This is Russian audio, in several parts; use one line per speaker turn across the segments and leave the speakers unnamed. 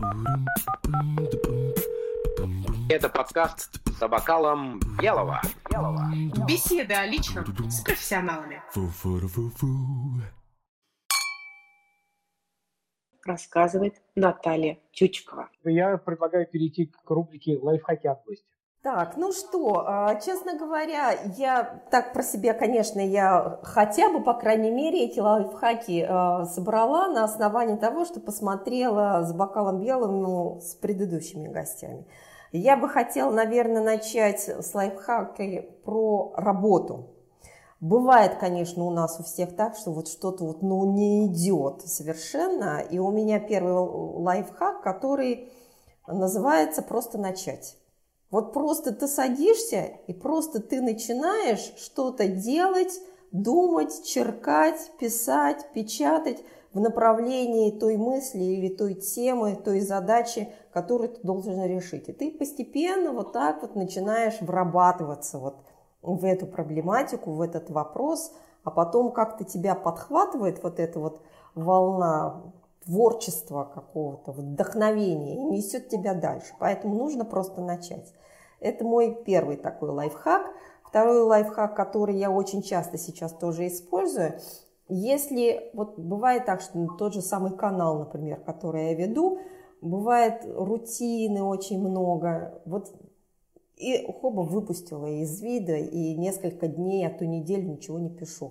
Это подкаст «За бокалом белого».
Беседы о личном с профессионалами. Рассказывает Наталья Тючкова.
Я предлагаю перейти к рубрике «Лайфхаки от гостя».
Так, ну что, честно говоря, я так про себя, конечно, я хотя бы, по крайней мере, эти лайфхаки собрала на основании того, что посмотрела «За бокалом белым» с предыдущими гостями. Я бы хотела, наверное, начать с лайфхака про работу. Бывает, конечно, у нас у всех так, что вот что-то не идет совершенно. И у меня первый лайфхак, который называется «просто начать». Вот просто ты садишься и просто ты начинаешь что-то делать, думать, черкать, писать, печатать в направлении той мысли или той темы, той задачи, которую ты должен решить. И ты постепенно вот так вот начинаешь врабатываться вот в эту проблематику, в этот вопрос, а потом как-то тебя подхватывает вот эта вот волна творчества какого-то, вдохновения и несет тебя дальше. Поэтому нужно просто начать. Это мой первый такой лайфхак. Второй лайфхак, который я очень часто сейчас тоже использую. Если вот бывает так, что тот же самый канал, например, который я веду, бывает рутины очень много. Вот и хоба выпустила из вида, и несколько дней, а то неделю ничего не пишу.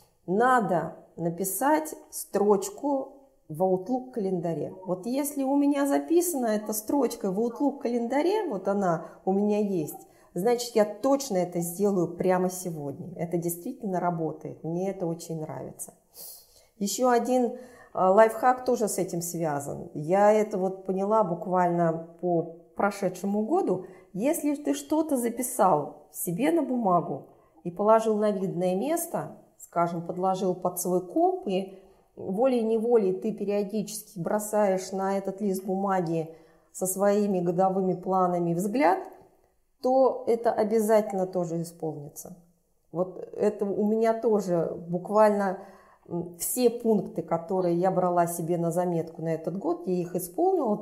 Надо написать строчку в Outlook календаре. Вот если у меня записана эта строчка в Outlook календаре, вот она у меня есть, значит, я точно это сделаю прямо сегодня. Это действительно работает. Мне это очень нравится. Еще один лайфхак тоже с этим связан. Я это вот поняла буквально по прошедшему году. Если ты что-то записал себе на бумагу и положил на видное место, скажем, подложил под свой комп, и волей-неволей ты периодически бросаешь на этот лист бумаги со своими годовыми планами взгляд, то это обязательно тоже исполнится. Вот это у меня тоже буквально все пункты, которые я брала себе на заметку на этот год, я их исполнила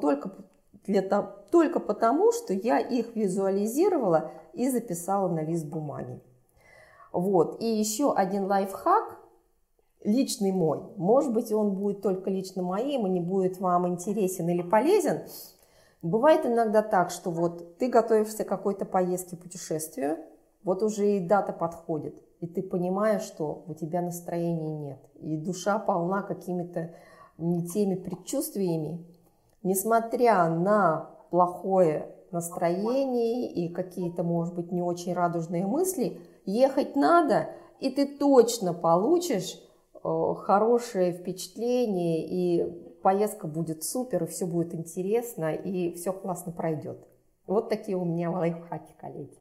только потому, что я их визуализировала и записала на лист бумаги. Вот. И еще один лайфхак, личный мой. Может быть, он будет только лично моим и не будет вам интересен или полезен. Бывает иногда так, что вот ты готовишься к какой-то поездке, путешествию, вот уже и дата подходит, и ты понимаешь, что у тебя настроения нет, и душа полна какими-то не теми предчувствиями. Несмотря на плохое настроение и какие-то, может быть, не очень радужные мысли, ехать надо, и ты точно получишь хорошее впечатление, и поездка будет супер, и все будет интересно, и все классно пройдет. Вот такие у меня лайфхаки, коллеги.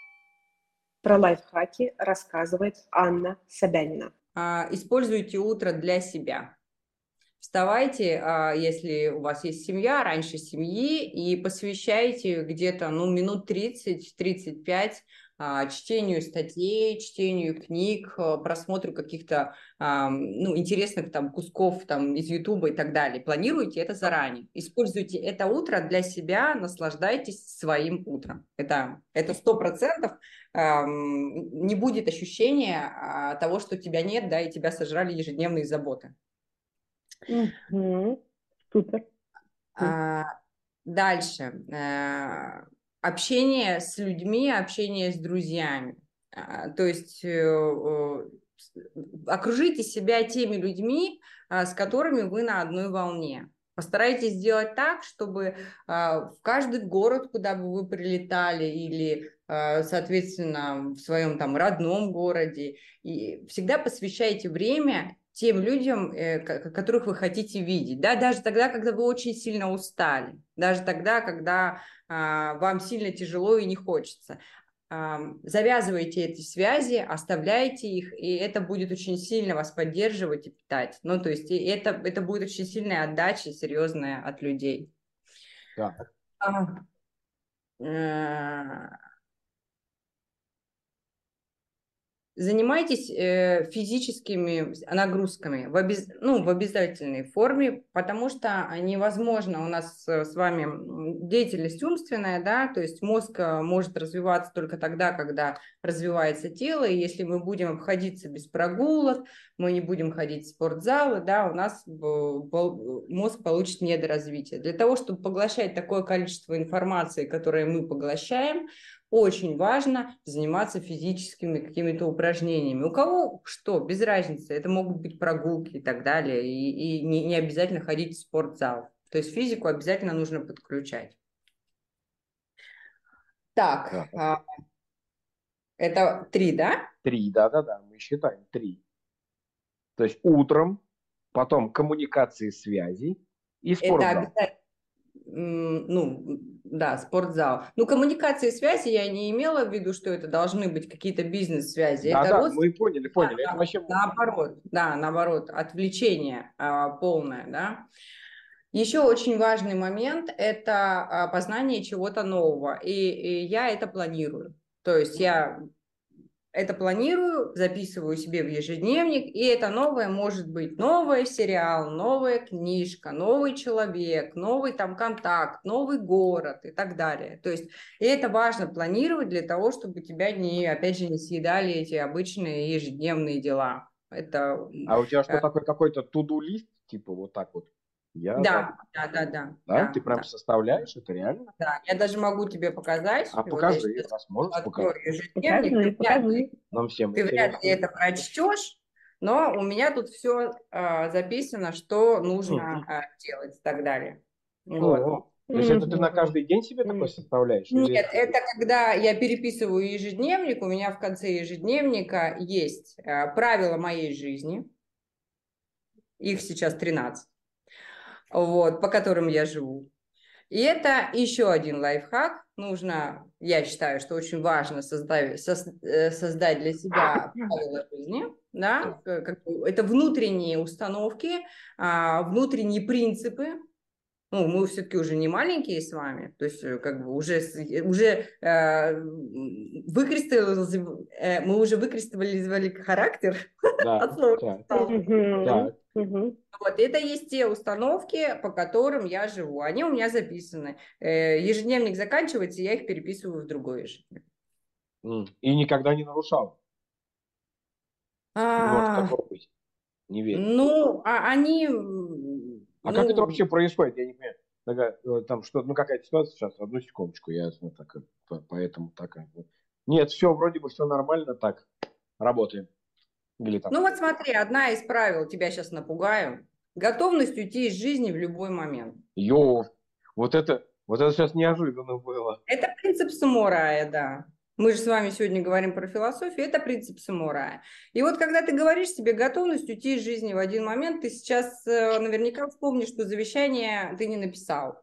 Про лайфхаки рассказывает Анна Собянина.
Используйте утро для себя. Вставайте, если у вас есть семья, раньше семьи, и посвящайте где-то минут 30-35 чтению статей, чтению книг, просмотру каких-то интересных кусков из Ютуба и так далее. Планируйте это заранее. Используйте это утро для себя, наслаждайтесь своим утром. Это 100%. Не будет ощущения того, что тебя нет, да, и тебя сожрали ежедневные заботы.
Супер.
Дальше. Общение с людьми, общение с друзьями. То есть окружите себя теми людьми, с которыми вы на одной волне. Постарайтесь сделать так, чтобы в каждый город, куда бы вы прилетали, или, соответственно, в своем родном городе, и всегда посвящайте время тем людям, которых вы хотите видеть, да, даже тогда, когда вы очень сильно устали, даже тогда, когда вам сильно тяжело и не хочется. Завязывайте эти связи, оставляйте их, и это будет очень сильно вас поддерживать и питать. То есть это будет очень сильная отдача, серьезная от людей.
Так.
занимайтесь физическими нагрузками в обязательной форме, потому что невозможно у нас с вами деятельность умственная, да, то есть мозг может развиваться только тогда, когда развивается тело, и если мы будем обходиться без прогулок, мы не будем ходить в спортзалы, да, у нас мозг получит недоразвитие. Для того, чтобы поглощать такое количество информации, которое мы поглощаем, очень важно заниматься физическими какими-то упражнениями. У кого что, без разницы. Это могут быть прогулки и так далее. И не обязательно ходить в спортзал. То есть физику обязательно нужно подключать. Так, это 3, да?
3, да, мы считаем 3. То есть утром, потом коммуникации, связи и спортзал.
Это обязательно. Да, спортзал. Коммуникации и связи я не имела в виду, что это должны быть какие-то бизнес-связи.
Да, мы поняли. Это вообще...
Наоборот, отвлечение полное, да. Еще очень важный момент – это познание чего-то нового, и я это планирую. То есть я это планирую, записываю себе в ежедневник, и это новое может быть новый сериал, новая книжка, новый человек, новый там контакт, новый город и так далее. То есть и это важно планировать для того, чтобы тебя опять же, не съедали эти обычные ежедневные дела.
А у тебя что такое, какой-то to-do-лист, типа вот так вот?
Да.
Ты прям составляешь это реально?
Да, я даже могу тебе показать.
Покажи, раз можешь показать.
Ежедневник.
Нам всем
ты вряд ли это прочтешь, но у меня тут все записано, что нужно делать и так далее. Вот.
То есть это ты на каждый день себе такой составляешь?
Нет, это когда я переписываю ежедневник, у меня в конце ежедневника есть правила моей жизни, их сейчас 13. Вот, по которым я живу. И это еще один лайфхак. Я считаю, что очень важно создать для себя правила жизни. Да? Это внутренние установки, внутренние принципы. Мы все-таки уже не маленькие с вами, то есть уже выкристаллизовали характер от слова. Вот, это есть те установки, по которым я живу. Они у меня записаны. Ежедневник заканчивается, я их переписываю в другой ежедневник.
И никогда не нарушал? Не может такого быть. Не верю. Как это вообще происходит? Я не понимаю. Там какая-то ситуация сейчас. Одну секундочку. Я так, поэтому так. Нет, все, вроде бы все нормально, так. Работаем.
Вот смотри, одна из правил, тебя сейчас напугаю. Готовность уйти из жизни в любой момент.
Вот это сейчас неожиданно было.
Это принцип самурая, да. Мы же с вами сегодня говорим про философию, это принцип самурая. И вот когда ты говоришь себе готовность уйти из жизни в один момент, ты сейчас наверняка вспомнишь, что завещание ты не написал.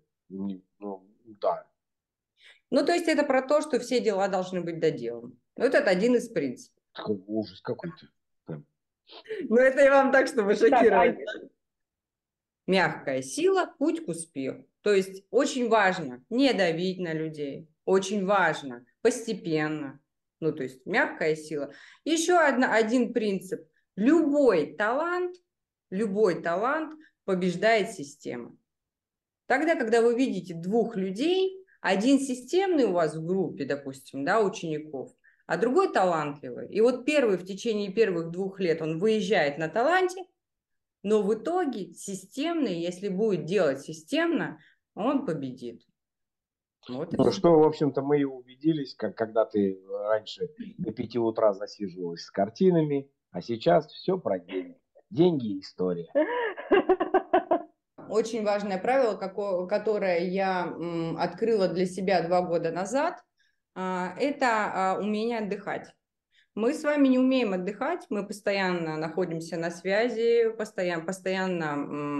Да.
То есть это про то, что все дела должны быть доделаны. Вот это один из принципов.
Такой ужас какой-то.
Это я вам так, чтобы шокировать. Мягкая сила – путь к успеху. То есть очень важно не давить на людей. Очень важно постепенно. То есть мягкая сила. Еще один принцип. Любой талант побеждает систему. Тогда, когда вы видите двух людей, один системный у вас в группе, допустим, да, учеников, а другой талантливый. И вот первый в течение первых 2 лет он выезжает на таланте, но в итоге системный, если будет делать системно, он победит.
Что, в общем-то, мы и убедились, когда ты раньше до 5 утра засиживалась с картинами, а сейчас все про деньги. Деньги и история.
Очень важное правило, которое я открыла для себя 2 года назад, это умение отдыхать. Мы с вами не умеем отдыхать, мы постоянно находимся на связи, постоянно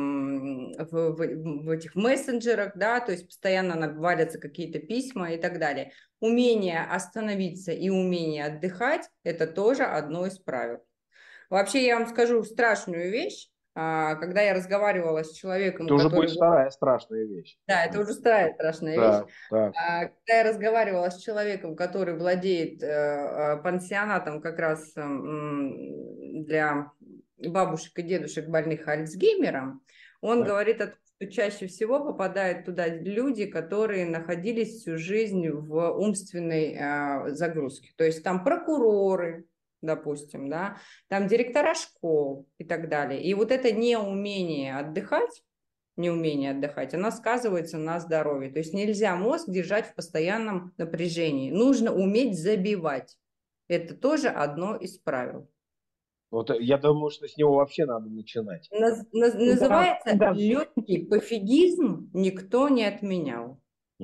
в этих мессенджерах, да, то есть постоянно валятся какие-то письма и так далее. Умение остановиться и умение отдыхать – это тоже одно из правил. Вообще я вам скажу страшную вещь. когда я разговаривала с человеком,
Это уже
который...
будет вторая страшная вещь.
Да, это уже вторая страшная вещь.
Так.
Когда я разговаривала с человеком, который владеет пансионатом как раз для бабушек и дедушек, больных Альцгеймером, он говорит о том, что чаще всего попадают туда люди, которые находились всю жизнь в умственной загрузке. То есть там прокуроры, допустим, да, там директора школ и так далее. И вот это неумение отдыхать, оно сказывается на здоровье. То есть нельзя мозг держать в постоянном напряжении. Нужно уметь забивать. Это тоже одно из правил.
Вот я думаю, что с него вообще надо начинать.
Называется легкий пофигизм, никто не отменял.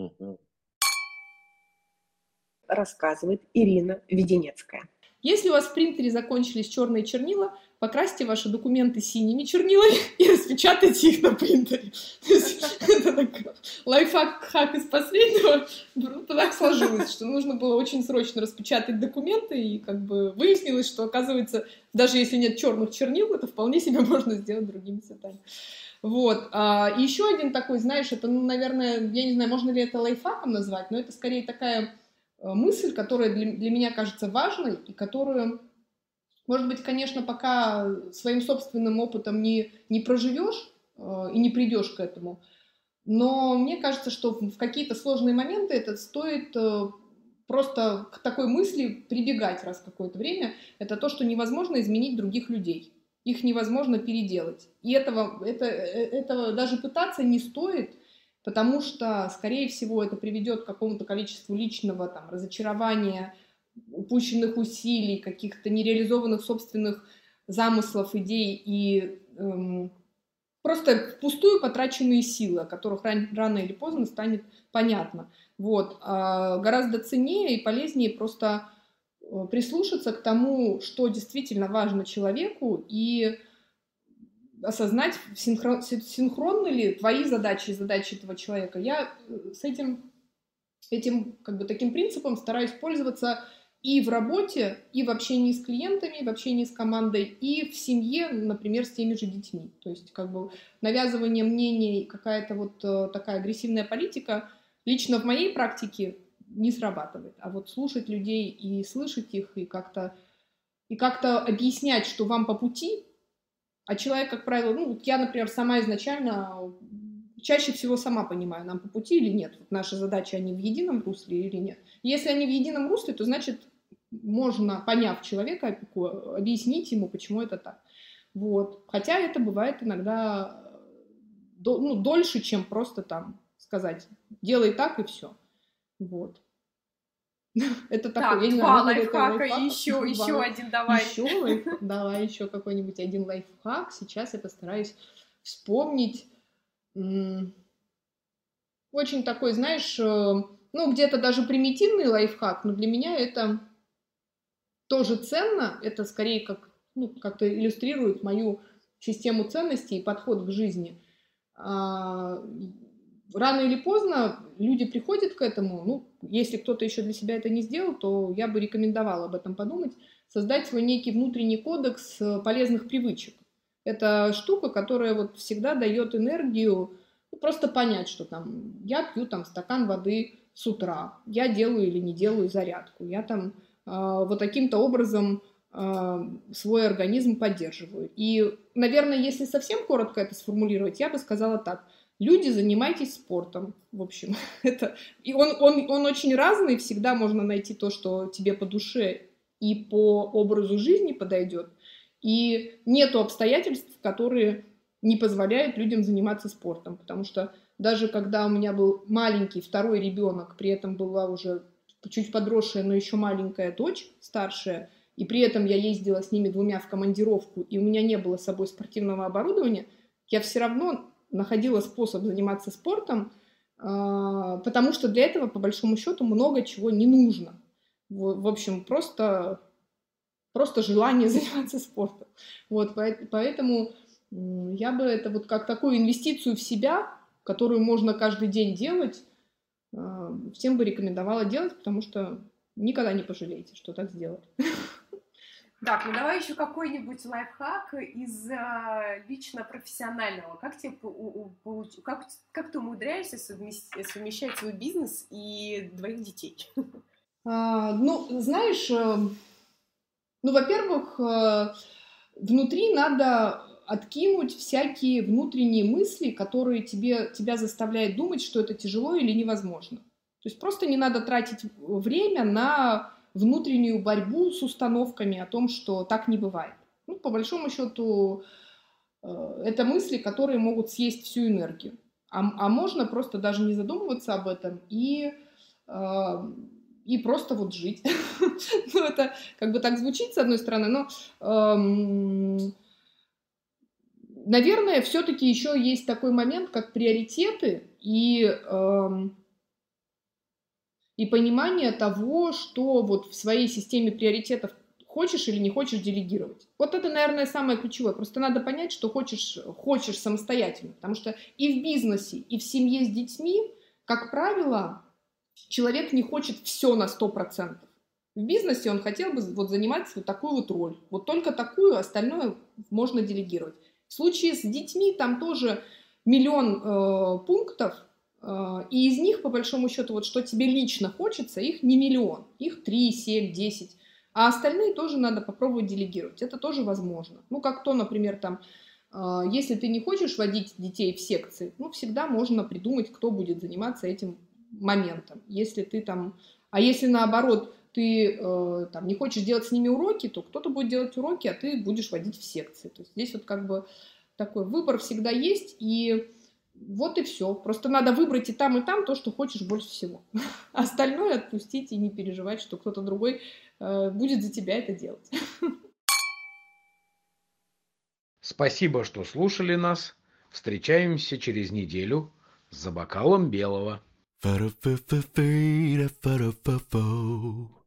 Рассказывает Ирина Веденецкая.
Если у вас в принтере закончились черные чернила, покрасьте ваши документы синими чернилами и распечатайте их на принтере. Это такой лайфхак из последнего. Так сложилось, что нужно было очень срочно распечатать документы, и как бы выяснилось, что, оказывается, даже если нет черных чернил, это вполне себе можно сделать другими цветами. Вот. И еще один такой, знаешь, это, наверное, я не знаю, можно ли это лайфхаком назвать, но это скорее такая мысль, которая для меня кажется важной, и которую, может быть, конечно, пока своим собственным опытом не проживешь и не придешь к этому, но мне кажется, что в какие-то сложные моменты это стоит просто к такой мысли прибегать раз в какое-то время. Это то, что невозможно изменить других людей. Их невозможно переделать. И этого даже пытаться не стоит, потому что, скорее всего, это приведет к какому-то количеству личного там, разочарования, упущенных усилий, каких-то нереализованных собственных замыслов, идей и просто впустую потраченные силы, о которых рано или поздно станет понятно. Вот. Гораздо ценнее и полезнее просто прислушаться к тому, что действительно важно человеку, и осознать, синхронны ли твои задачи и задачи этого человека. Я с этим как бы таким принципом стараюсь пользоваться и в работе, и в общении с клиентами, и в общении с командой, и в семье, например, с теми же детьми. То есть как бы навязывание мнений, какая-то вот такая агрессивная политика лично в моей практике не срабатывает. А вот слушать людей и слышать их, и как-то объяснять, что вам по пути. А человек, как правило, я, например, сама изначально чаще всего сама понимаю, нам по пути или нет. Вот наши задачи, они в едином русле или нет. Если они в едином русле, то значит можно, поняв человека, объяснить ему, почему это так. Вот. Хотя это бывает иногда дольше, чем просто там сказать «делай так» и все. Вот. Это такой, я не знаю,
лайфхака, еще один давай.
Давай еще какой-нибудь один лайфхак. Сейчас я постараюсь вспомнить. Очень такой, знаешь, где-то даже примитивный лайфхак, но для меня это тоже ценно. Это скорее как-то иллюстрирует мою систему ценностей и подход к жизни. Рано или поздно люди приходят к этому. Если кто-то еще для себя это не сделал, то я бы рекомендовала об этом подумать. Создать свой некий внутренний кодекс полезных привычек. Это штука, которая вот всегда дает энергию. Просто понять, что там я пью стакан воды с утра, я делаю или не делаю зарядку, я вот таким-то образом свой организм поддерживаю. И, наверное, если совсем коротко это сформулировать, я бы сказала так. Люди, занимайтесь спортом, в общем. И он очень разный, всегда можно найти то, что тебе по душе и по образу жизни подойдет. И нету обстоятельств, которые не позволяют людям заниматься спортом. Потому что даже когда у меня был маленький второй ребенок, при этом была уже чуть подросшая, но еще маленькая дочь, старшая, и при этом я ездила с ними двумя в командировку, и у меня не было с собой спортивного оборудования, я все равно находила способ заниматься спортом, потому что для этого, по большому счету, много чего не нужно. В общем, просто желание заниматься спортом. Вот, поэтому я бы это вот как такую инвестицию в себя, которую можно каждый день делать, всем бы рекомендовала делать, потому что никогда не пожалеете, что так сделать.
Так, ну давай еще какой-нибудь лайфхак из лично профессионального. Как ты умудряешься совмещать свой бизнес и 2 детей?
Знаешь, во-первых, внутри надо откинуть всякие внутренние мысли, которые тебя заставляют думать, что это тяжело или невозможно. То есть просто не надо тратить время на внутреннюю борьбу с установками о том, что так не бывает. По большому счету, это мысли, которые могут съесть всю энергию. А можно просто даже не задумываться об этом и просто вот жить. Это как бы так звучит, с одной стороны, но, наверное, все-таки еще есть такой момент, как приоритеты и понимание того, что вот в своей системе приоритетов хочешь или не хочешь делегировать. Вот это, наверное, самое ключевое. Просто надо понять, что хочешь самостоятельно. Потому что и в бизнесе, и в семье с детьми, как правило, человек не хочет все на 100%. В бизнесе он хотел бы вот занимать вот такую вот роль. Вот только такую, остальное можно делегировать. В случае с детьми там тоже миллион пунктов, и из них, по большому счету, вот что тебе лично хочется, их не миллион, их 3, 7, 10. А остальные тоже надо попробовать делегировать. Это тоже возможно. Как то, например, там, если ты не хочешь водить детей в секции, всегда можно придумать, кто будет заниматься этим моментом. Если ты там... А если наоборот, ты там не хочешь делать с ними уроки, то кто-то будет делать уроки, а ты будешь водить в секции. То есть здесь вот как бы такой выбор всегда есть, и вот и все. Просто надо выбрать и там то, что хочешь больше всего. Остальное отпустить и не переживать, что кто-то другой будет за тебя это делать.
Спасибо, что слушали нас. Встречаемся через неделю за бокалом белого.